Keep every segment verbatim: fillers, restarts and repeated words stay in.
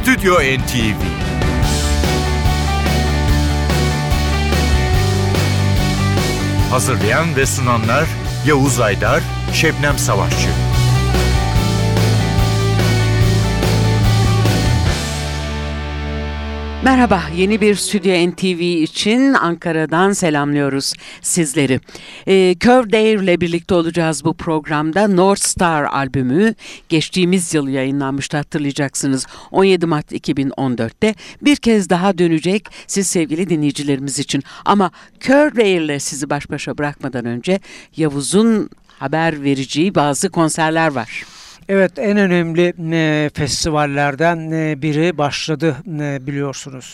Stüdyo N T V. Hazırlayan ve sunanlar Yavuz Aydar, Şebnem Savaşçı. Merhaba, yeni bir Stüdyo N T V için Ankara'dan selamlıyoruz sizleri. Ee, Curvedale ile birlikte olacağız bu programda. North Star albümü geçtiğimiz yıl yayınlanmıştı, hatırlayacaksınız. on yedi Mart iki bin on dörtte bir kez daha dönecek siz sevgili dinleyicilerimiz için. Ama Curvedale ile sizi baş başa bırakmadan önce Yavuz'un haber vereceği bazı konserler var. Evet, en önemli e, festivallerden e, biri başladı e, biliyorsunuz.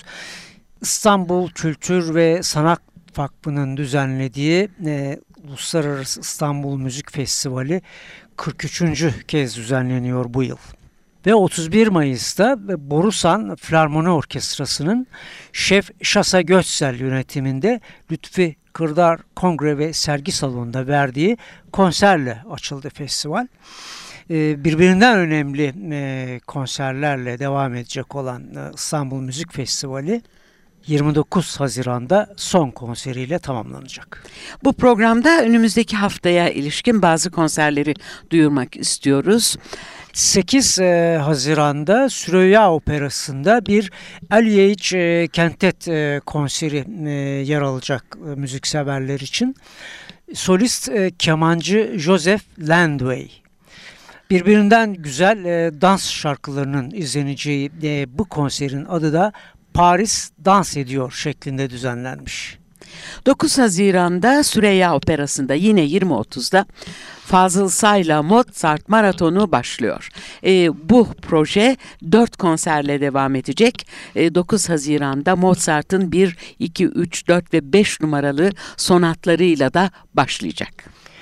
İstanbul Kültür ve Sanat Vakfı'nın düzenlediği e, Uluslararası İstanbul Müzik Festivali kırk üçüncü kez düzenleniyor bu yıl. Ve otuz bir Mayıs'ta Borusan Filarmoni Orkestrası'nın Şef Şasa Götsel yönetiminde Lütfi Kırdar Kongre ve Sergi Salonu'nda verdiği konserle açıldı festival. Birbirinden önemli konserlerle devam edecek olan İstanbul Müzik Festivali yirmi dokuz Haziran'da son konseriyle tamamlanacak. Bu programda önümüzdeki haftaya ilişkin bazı konserleri duyurmak istiyoruz. sekiz Haziran'da Süreyya Operası'nda bir Aliyech Kentet konseri yer alacak müzikseverler için. Solist kemancı Joseph Landway. Birbirinden güzel e, dans şarkılarının izleneceği e, bu konserin adı da Paris Dans Ediyor şeklinde düzenlenmiş. dokuz Haziran'da Süreyya Operası'nda yine yirmi otuzda Fazıl Say'la Mozart Maratonu başlıyor. E, bu proje dört konserle devam edecek. E, dokuz Haziran'da Mozart'ın bir, iki, üç, dört ve beş numaralı sonatlarıyla da başlayacak.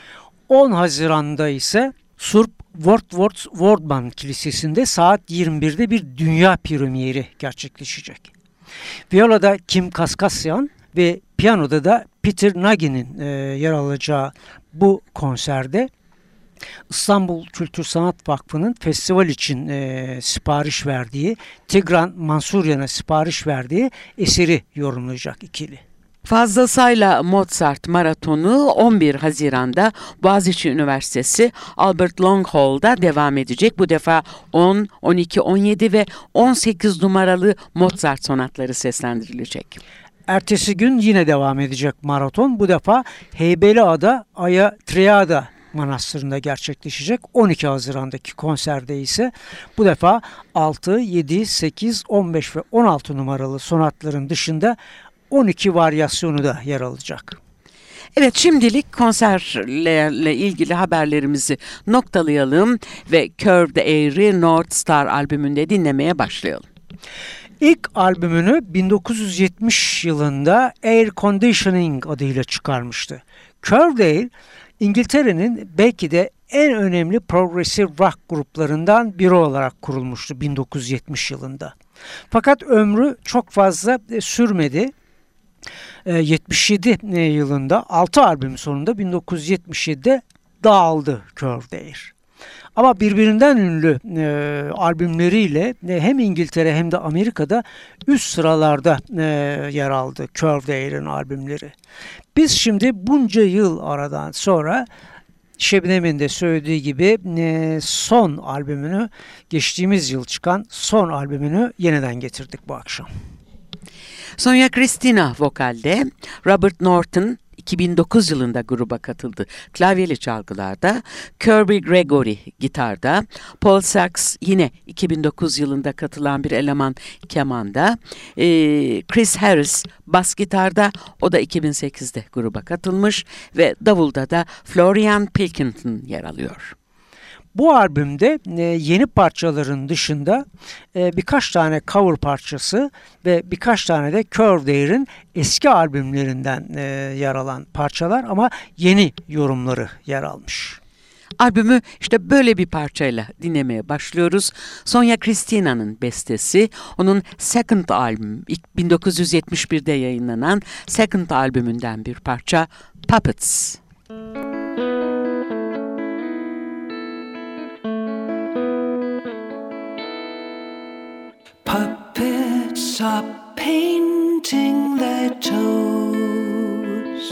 on Haziran'da ise Surp Wordsworth Wordman Kilisesi'nde saat yirmi birde bir dünya premieri gerçekleşecek. Viola'da Kim Kaskasyan ve piyanoda da Peter Nagi'nin e, yer alacağı bu konserde İstanbul Kültür Sanat Vakfı'nın festival için e, sipariş verdiği, Tigran Mansuryan'a sipariş verdiği eseri yorumlayacak ikili. Fazıl Say'la Mozart Maratonu on bir Haziran'da Boğaziçi Üniversitesi Albert Long Hall'da devam edecek. Bu defa on, on iki, on yedi ve on sekiz numaralı Mozart sonatları seslendirilecek. Ertesi gün yine devam edecek maraton. Bu defa Heybeliada Aya Triada Manastırı'nda gerçekleşecek. on iki Haziran'daki konserde ise bu defa altı, yedi, sekiz, on beş ve on altı numaralı sonatların dışında on iki varyasyonu da yer alacak. Evet, şimdilik konserlerle ilgili haberlerimizi noktalayalım ve Curved Air'i North Star albümünde dinlemeye başlayalım. İlk albümünü bin dokuz yüz yetmiş yılında Air Conditioning adıyla çıkarmıştı. Curved Air, İngiltere'nin belki de en önemli progressive rock gruplarından biri olarak kurulmuştu bin dokuz yüz yetmiş yılında. Fakat ömrü çok fazla sürmedi. yetmiş yedi yılında altı albüm sonunda bin dokuz yüz yetmiş yedide dağıldı Curved Air. Ama birbirinden ünlü e, albümleriyle e, hem İngiltere hem de Amerika'da üst sıralarda e, yer aldı Curved Air'in albümleri. Biz şimdi bunca yıl aradan sonra Şebnem'in de söylediği gibi e, son albümünü, geçtiğimiz yıl çıkan son albümünü yeniden getirdik bu akşam. Sonia Christina vokalde, Robert Norton iki bin dokuz yılında gruba katıldı. Klavyeli çalgılarda, Kirby Gregory gitarda, Paul Sachs yine iki bin dokuz yılında katılan bir eleman kemanda, ee, Chris Harris bas gitarda, o da iki bin sekizde gruba katılmış ve davulda da Florian Pilkington yer alıyor. Bu albümde e, yeni parçaların dışında e, birkaç tane cover parçası ve birkaç tane de Curved Air'in eski albümlerinden e, yer alan parçalar ama yeni yorumları yer almış. Albümü işte böyle bir parçayla dinlemeye başlıyoruz. Sonia Christina'nın bestesi, onun Second albüm, bin dokuz yüz yetmiş birde yayınlanan Second albümünden bir parça, Puppets. Puppets are painting their toes,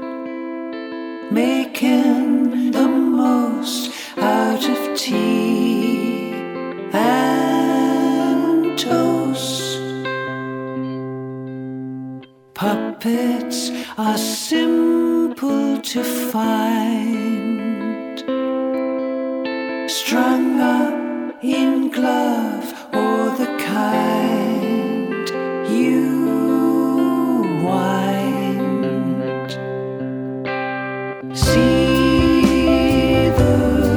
making the most out of tea and toast. Puppets are simple to find, strung up in glove or the kind you wind. See the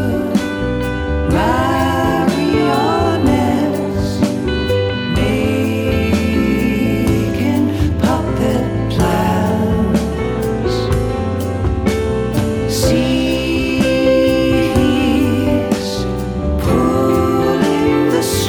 marionettes making puppet plans. See he's pulling the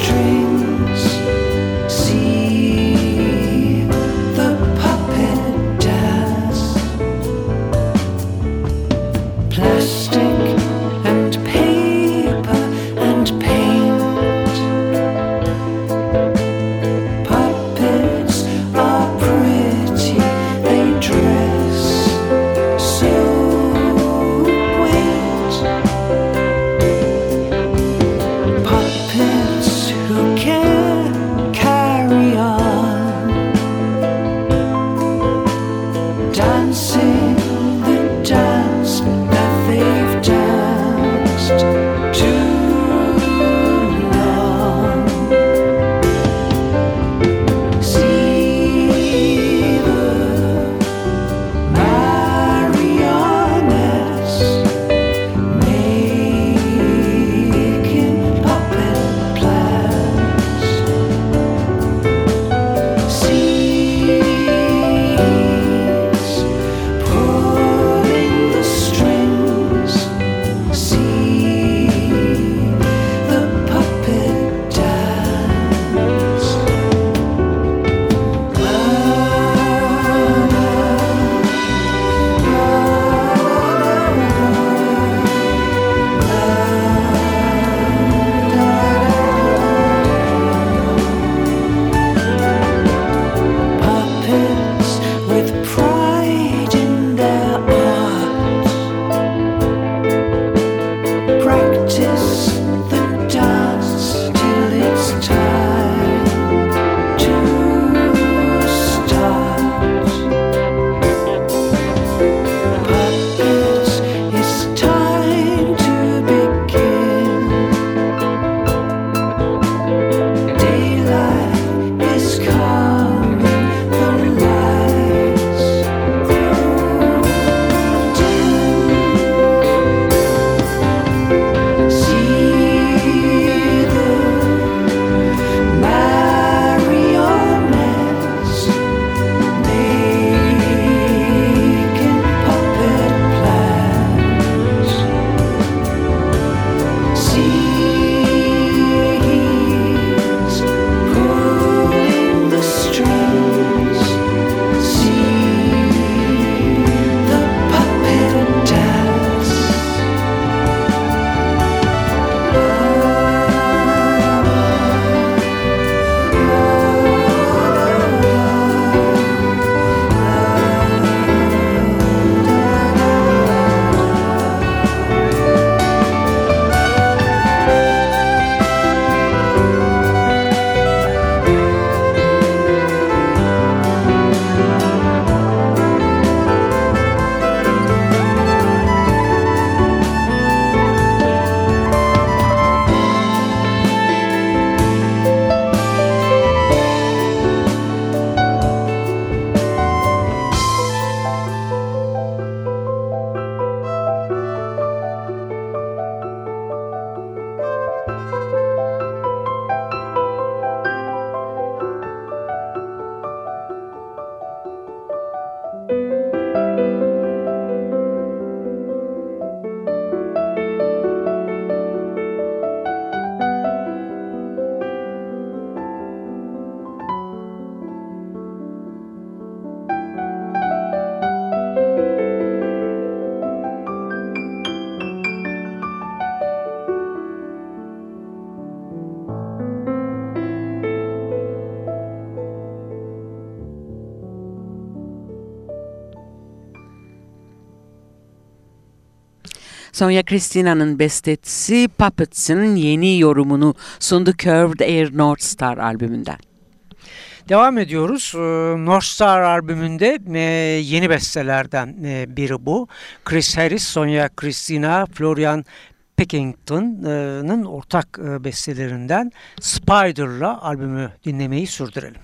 Sonia Cristina'nın bestesi Puppets'in yeni yorumunu sundu Curved Air North Star albümünden. Devam ediyoruz. Ee, North Star albümünde e, yeni bestelerden e, biri bu. Chris Harris, Sonia Cristina, Florian Pickington'ın ortak e, bestelerinden Spider'la albümü dinlemeyi sürdürelim.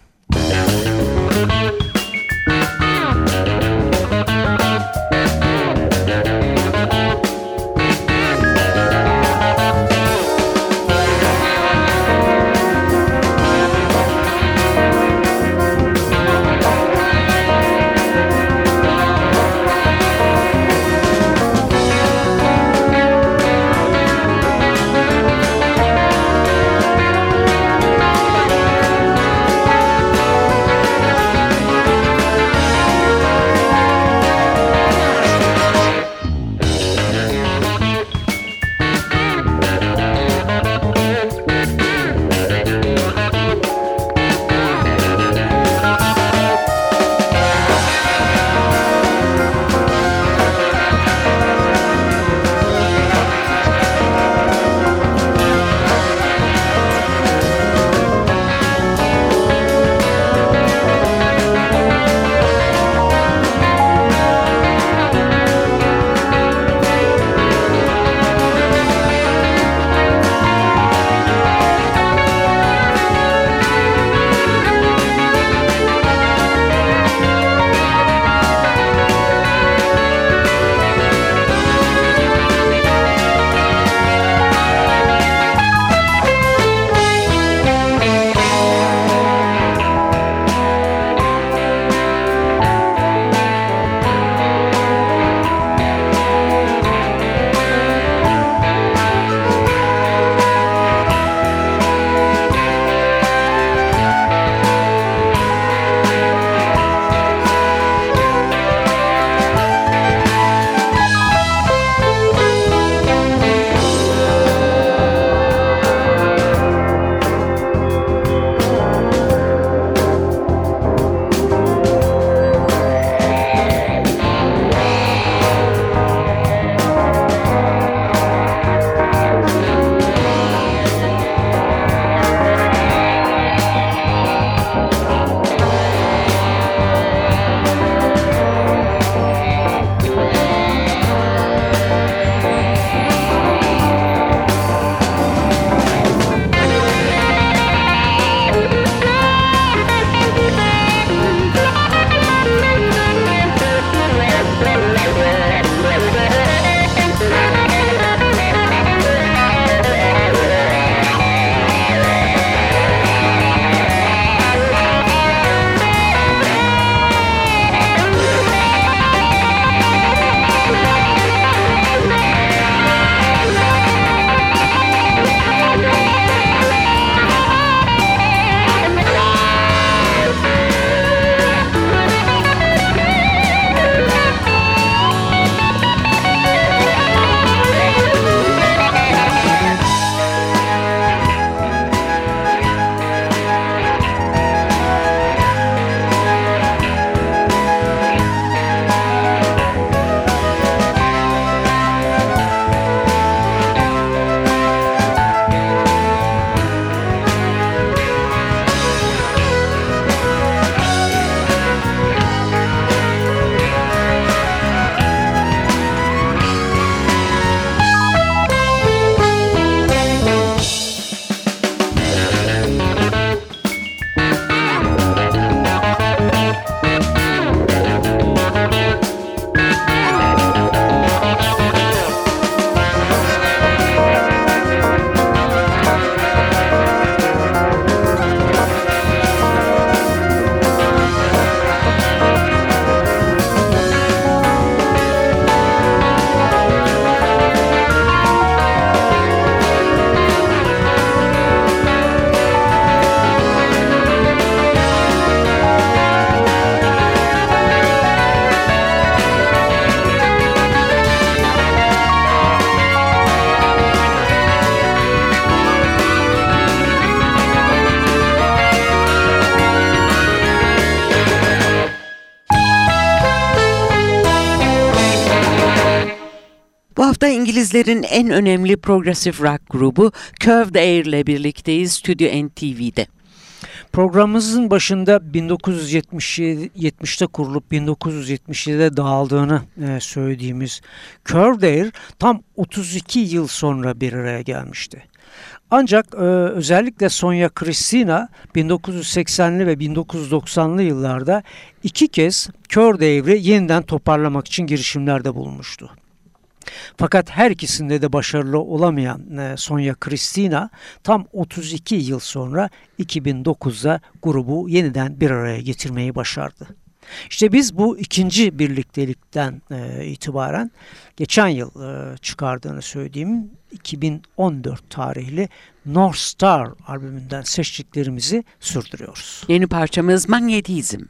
Burada İngilizlerin en önemli progressive rock grubu Curved Air ile birlikteyiz Stüdyo N T V'de. Programımızın başında bin dokuz yüz yetmişte kurulup bin dokuz yüz yetmiş yedide dağıldığını e, söylediğimiz Curved Air tam otuz iki yıl sonra bir araya gelmişti. Ancak e, özellikle Sonia Christina bin dokuz yüz seksenli ve bin dokuz yüz doksanlı yıllarda iki kez Curved Air'i yeniden toparlamak için girişimlerde bulunmuştu. Fakat her ikisinde de başarılı olamayan e, Sonia Christina tam otuz iki yıl sonra iki bin dokuzda grubu yeniden bir araya getirmeyi başardı. İşte biz bu ikinci birliktelikten e, itibaren geçen yıl e, çıkardığını söylediğim iki bin on dört tarihli North Star albümünden seçtiklerimizi sürdürüyoruz. Yeni parçamız Manyetizm.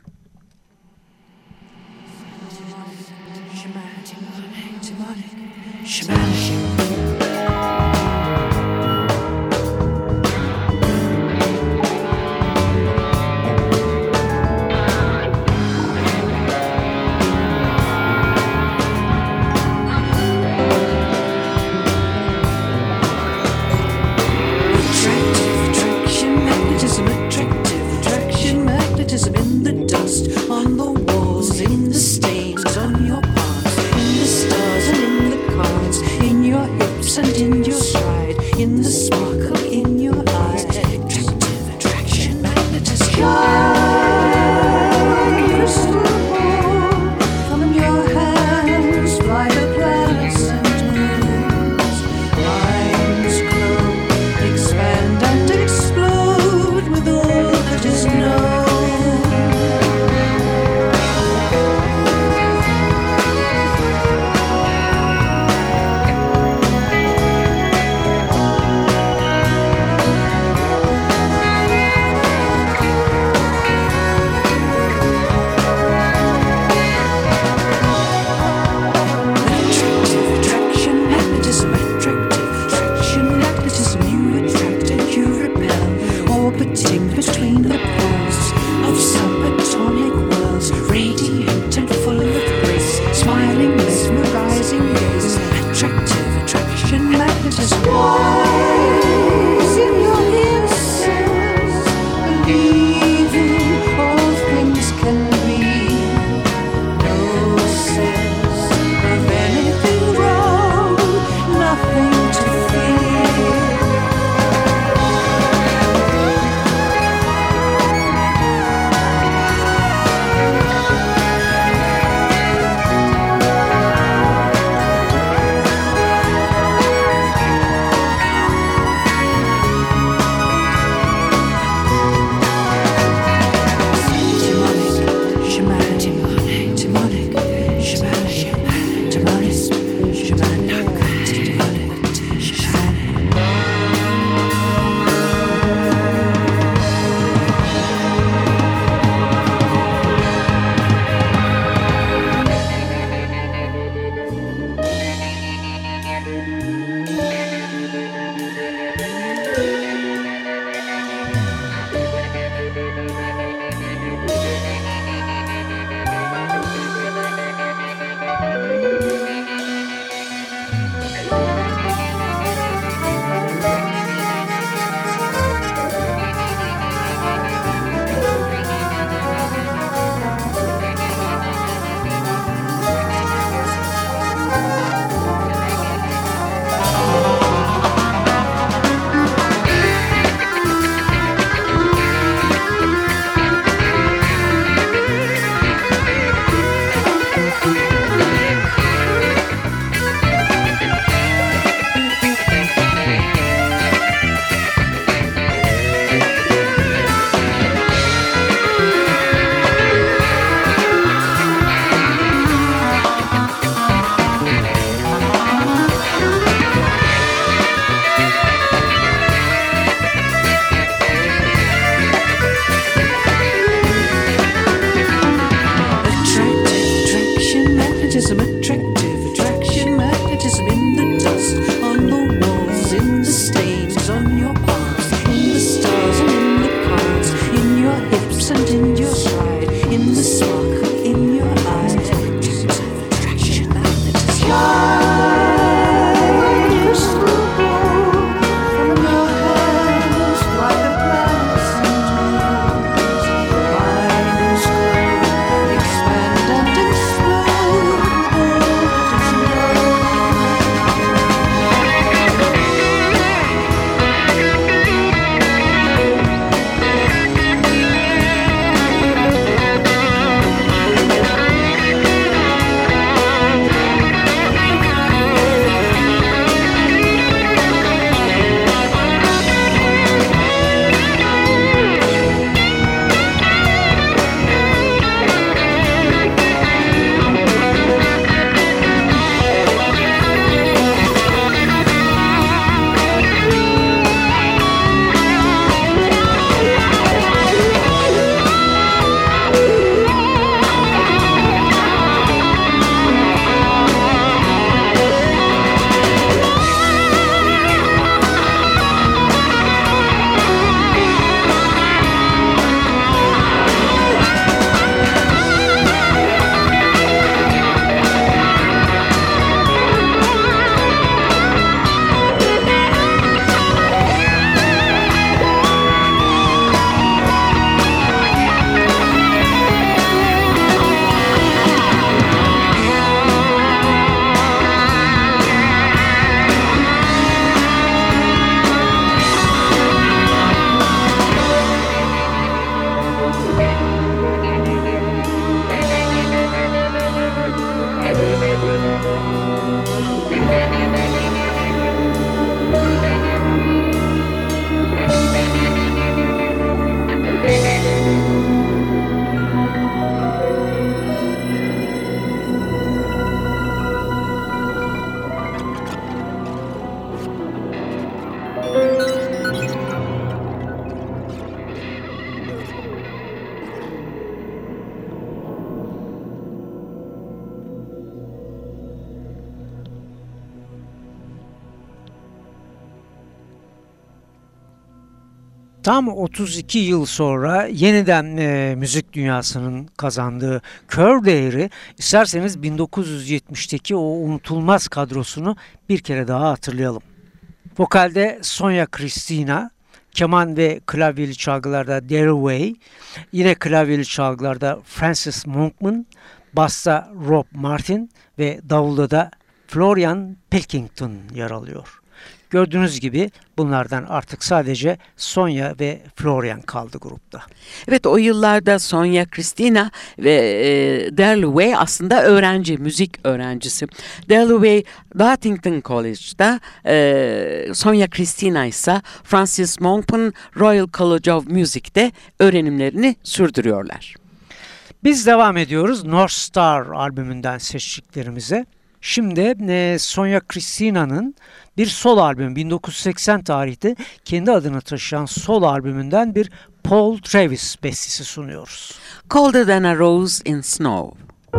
Tam otuz iki yıl sonra yeniden e, müzik dünyasının kazandığı Curvedaire'i isterseniz bin dokuz yüz yetmişteki o unutulmaz kadrosunu bir kere daha hatırlayalım. Vokalde Sonia Christina, keman ve klavyeli çalgılarda Daryl Way, yine klavyeli çalgılarda Francis Monkman, basta Rob Martin ve davulda da Florian Pilkington yer alıyor. Gördüğünüz gibi bunlardan artık sadece Sonia ve Florian kaldı grupta. Evet, o yıllarda Sonia Christina ve e, Daryl Way aslında öğrenci, müzik öğrencisi. Daryl Way Nottingham College'da, e, Sonia Christina ise Francis Monkman Royal College of Music'te öğrenimlerini sürdürüyorlar. Biz devam ediyoruz North Star albümünden seçtiklerimize. Şimdi e, Sonia Christina'nın bir solo albüm, bin dokuz yüz seksen tarihte kendi adını taşıyan solo albümünden bir Paul Travis bestesi sunuyoruz. Colder Than a Rose in Snow.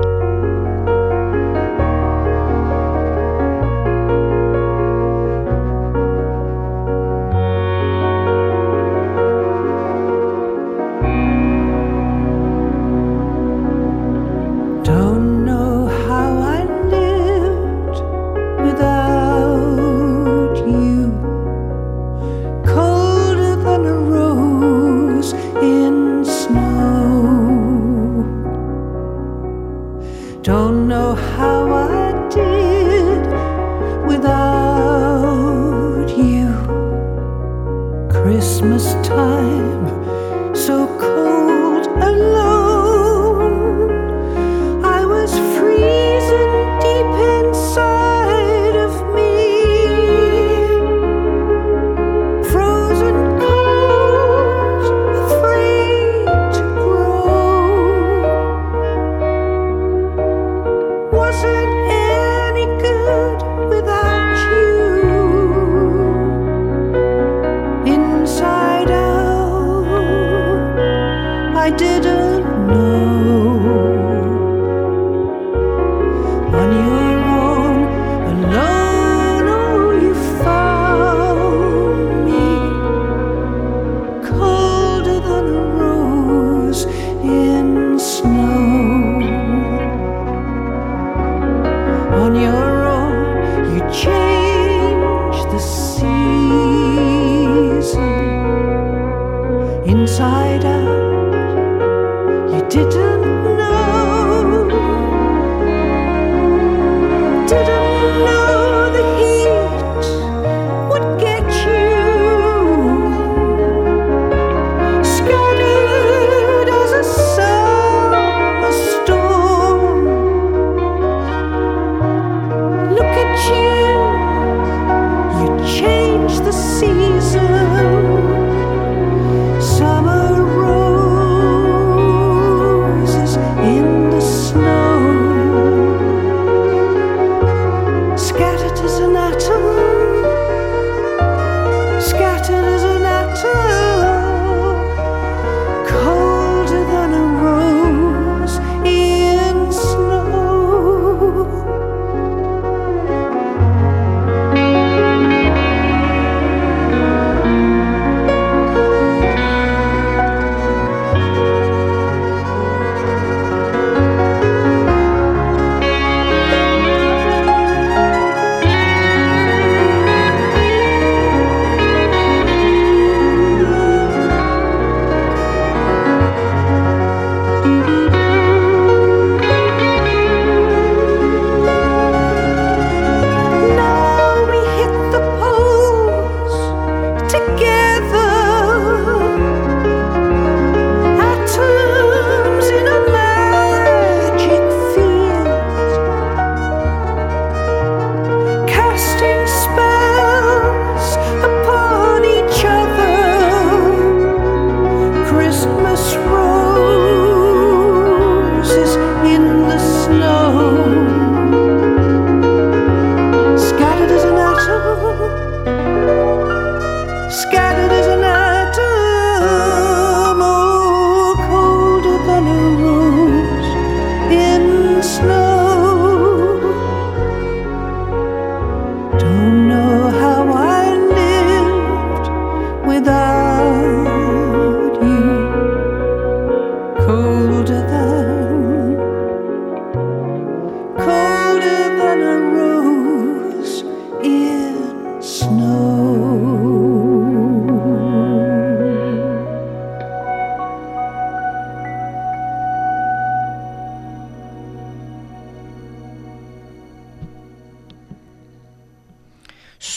Don't know how I lived without you. Colder than a rose in snow. Don't know how I did without you. Christmas time, so cold alone. Freezing deep inside of me, frozen cold, afraid to grow. Wasn't any good without you. Inside out, I didn't know. On your own, alone, oh, you found me, colder than a rose in snow. On your own, you changed the season. Inside out, you didn't Didn't know the heat would get you, scattered as a summer storm. Look at you, you changed the season. Summer roses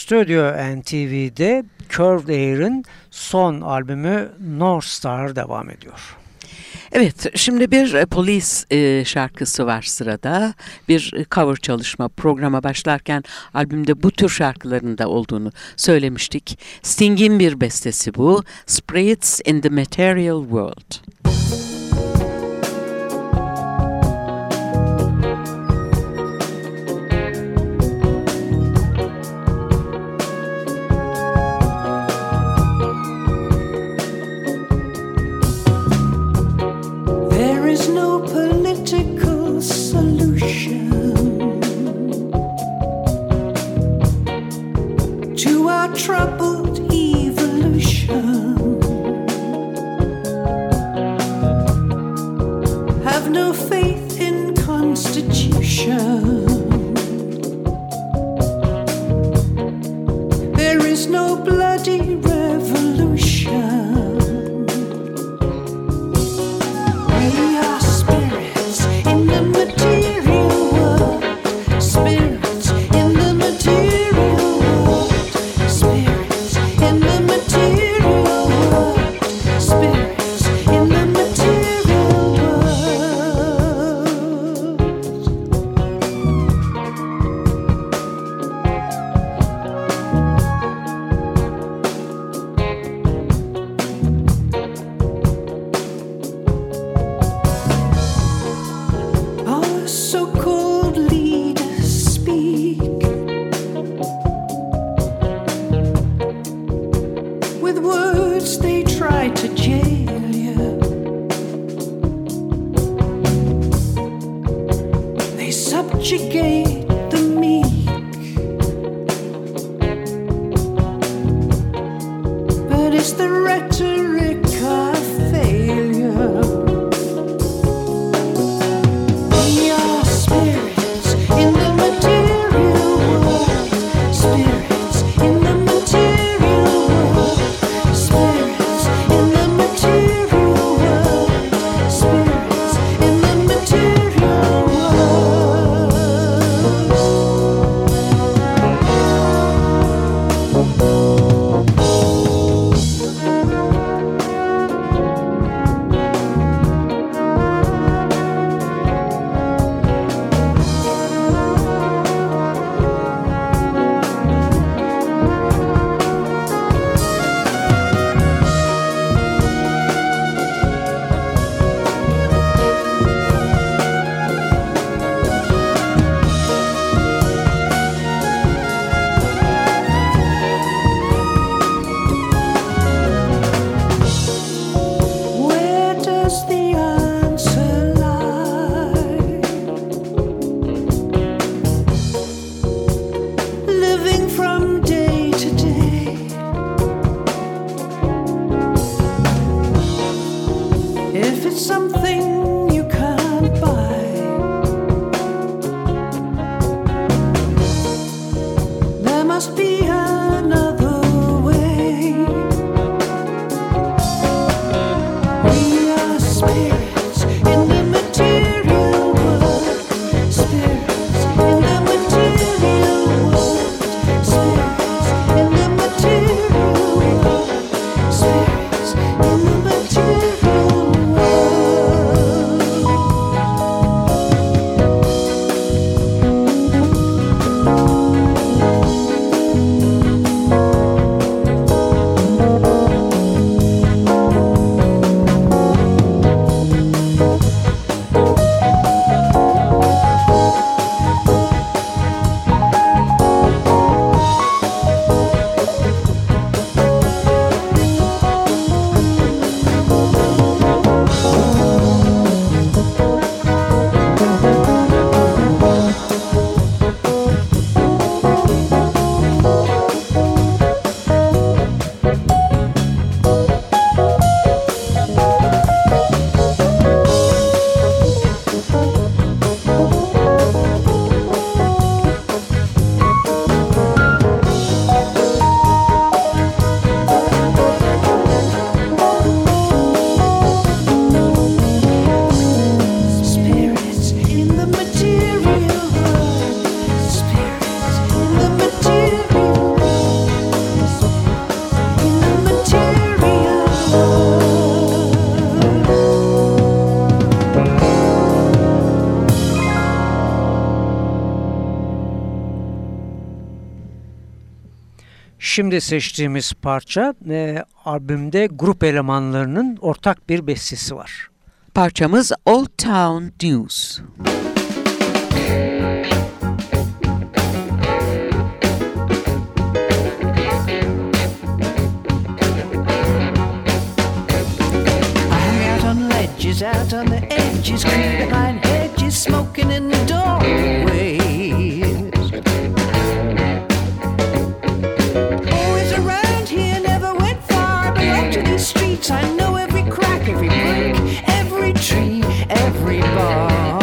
Studio N T V'de Curved Air'in son albümü North Star devam ediyor. Evet, şimdi bir e, Police e, şarkısı var sırada. Bir e, cover çalışma. Programa başlarken albümde bu tür şarkıların da olduğunu söylemiştik. Sting'in bir bestesi bu. Spirits in the Material World. There is no political solution to our troubled evolution. Have no faith in constitution. There is no bloody revolution. We are spirits in the material world. Spirits in the material world. Spirits in the material world. Spirits in the material world. Our so-called leaders speak with words they try to jail you. They subjugate the meek, but it's the rhetoric of failure. We are spirits in the material world. Spirits in the material world. Spirits in the material world. Spirits in the material world. Where does the answer lie? Living from day to day. If it's something you can't buy, there must be another way. We are spirits in the material world. Spirits in the material world. Spirits in the material world. Spirits in the material world. şimdi seçtiğimiz parça e, albümde grup elemanlarının ortak bir bestesi var. Parçamız Old Town News. Out on the edges, creep behind hedges, smoking in the doorways. Always around here, never went far, belong to these streets. I know every crack, every brick, every tree, every bar.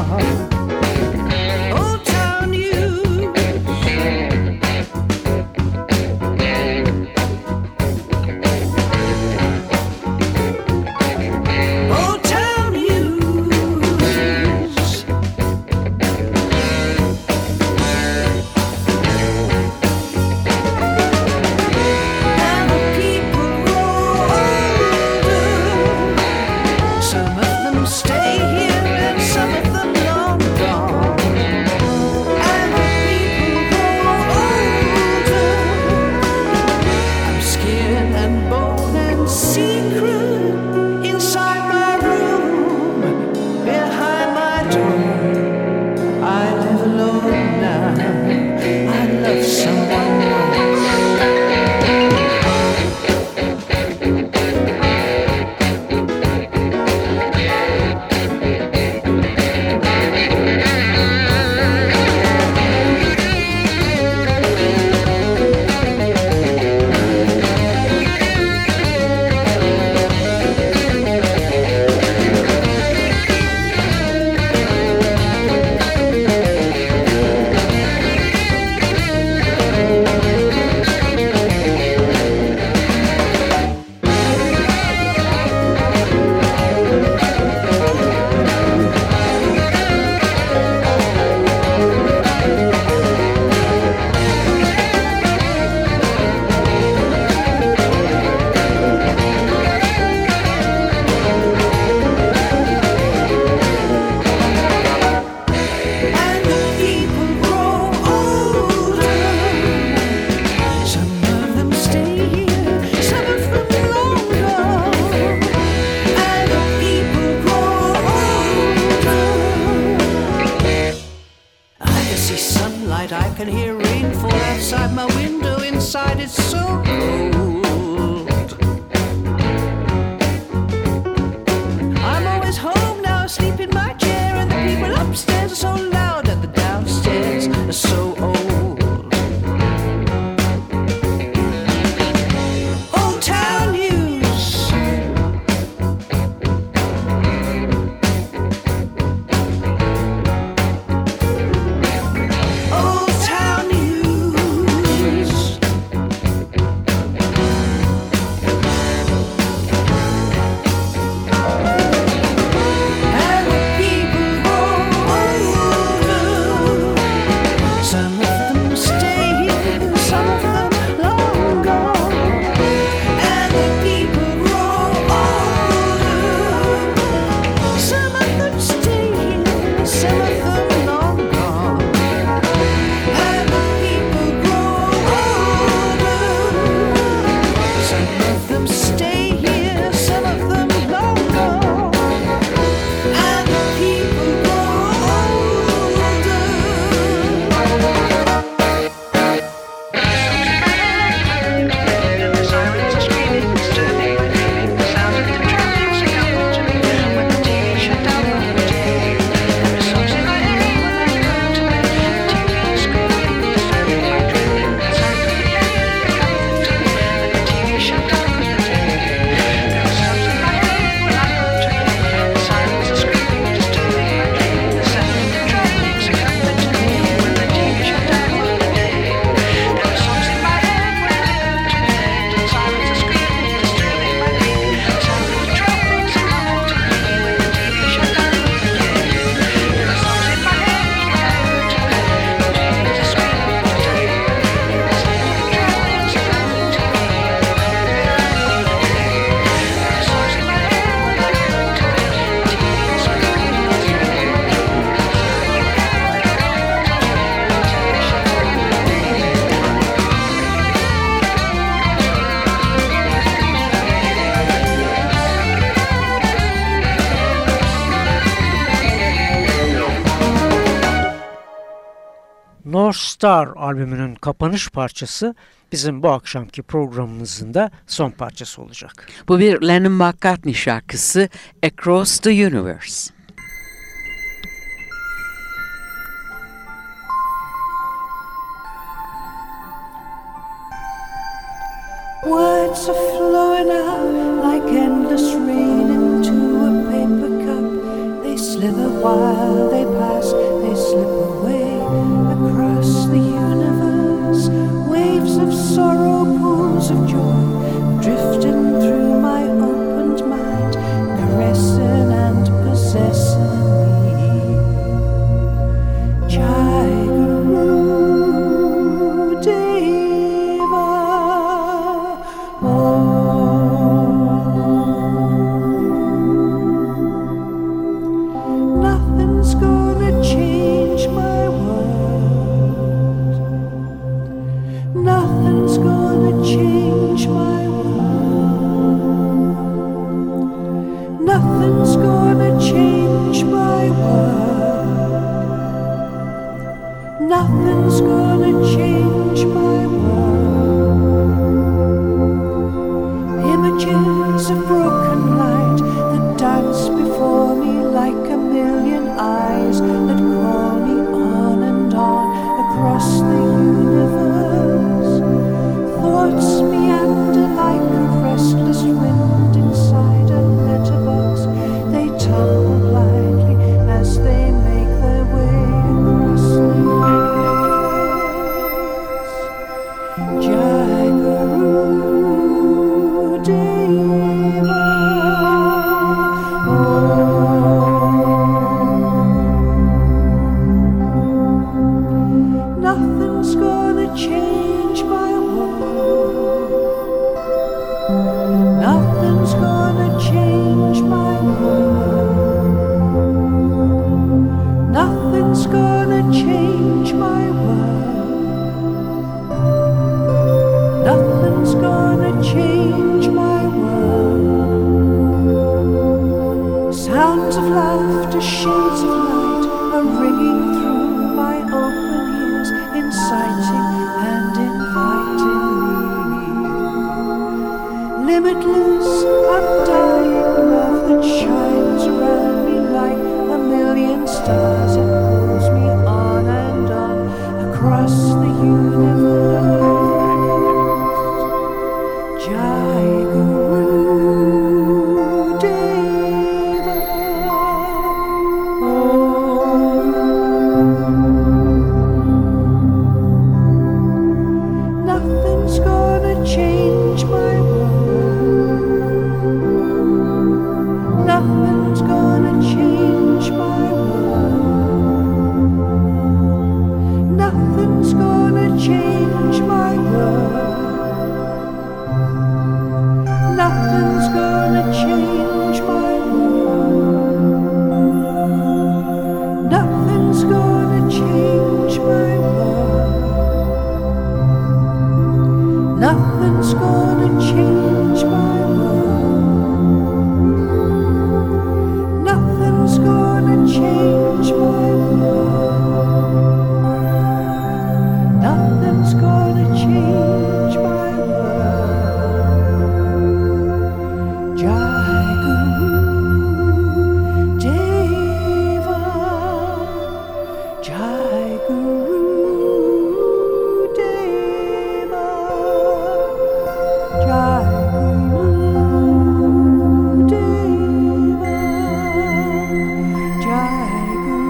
Old town news. Old town news. Now the people grow older. Some of them stay here and some of them long gone. And the people grow older. I'm skin and bone and secret inside my room, behind my door. I live alone now. I love someone else. And the people grow older. Some of them stay here, some of them long gone. And the people grow older. I can see sunlight, I can hear rainfall outside my window. Inside it's so cold. I'm always home now, asleep in my chair, and the people upstairs are so loud, and the downstairs are so old. Old town news. Old town news. North Star albümünün kapanış parçası bizim bu akşamki programımızın da son parçası olacak. Bu bir Lennon McCartney şarkısı Across the Universe. Words are flowing out like endless rain into a paper cup. They slither while they pass, they slip away across the universe. Waves of sorrow, pools of joy, drifting through my opened mind, caressing and possessing me. Jai Guru Deva. Nothing's gonna change my world. Nothing's gonna change my world. Nothing's gonna change my world. Nothing's gonna change my world. Images of broken light that dance before me like a million eyes that call me on and on across the universe. Thoughts meander like a restless wind inside a letterbox. They tumble blindly as they make their way across the universe. Jai Guru Deva. Nothing's gonna change my world. Nothing's gonna change my world. Nothing's gonna change my world. Nothing's gonna change my world. Sounds of laughter, shades of light are ringing through my open ears, inciting and inviting me. Limitless, undying love that shines around me like a million stars. It pulls me on and on across the universe. Jai Guru Deva. Nothing's gonna change my world. Nothing's gonna change my world. Nothing's gonna change my world. Nothing's gonna change my world. Nothing's gonna change my world. Nothing's gonna change my world. Nothing's gonna change my world. Nothing's gonna change my world. Jai Guru Deva. Jai Guru Deva. Jai Guru Deva. Jai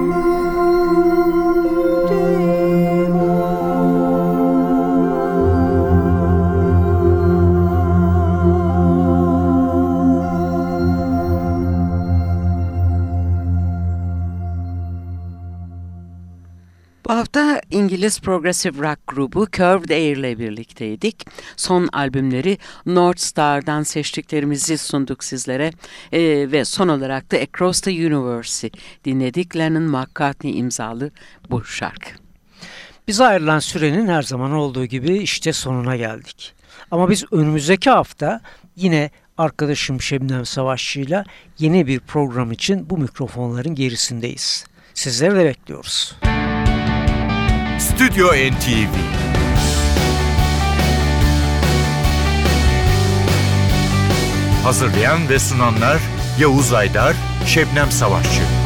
Bu hafta İngiliz progressive rock grubu Curved Air ile birlikteydik. Son albümleri North Star'dan seçtiklerimizi sunduk sizlere ee, ve son olarak da Across the Universe'i dinledik. Lennon McCartney imzalı bu şarkı. Bize ayrılan sürenin her zaman olduğu gibi işte sonuna geldik. Ama biz önümüzdeki hafta yine arkadaşım Şebnem Savaşçı'yla yeni bir program için bu mikrofonların gerisindeyiz. Sizleri de bekliyoruz. Stüdyo N T V. Hazırlayan ve sunanlar Yavuz Aydar, Şebnem Savaşçı.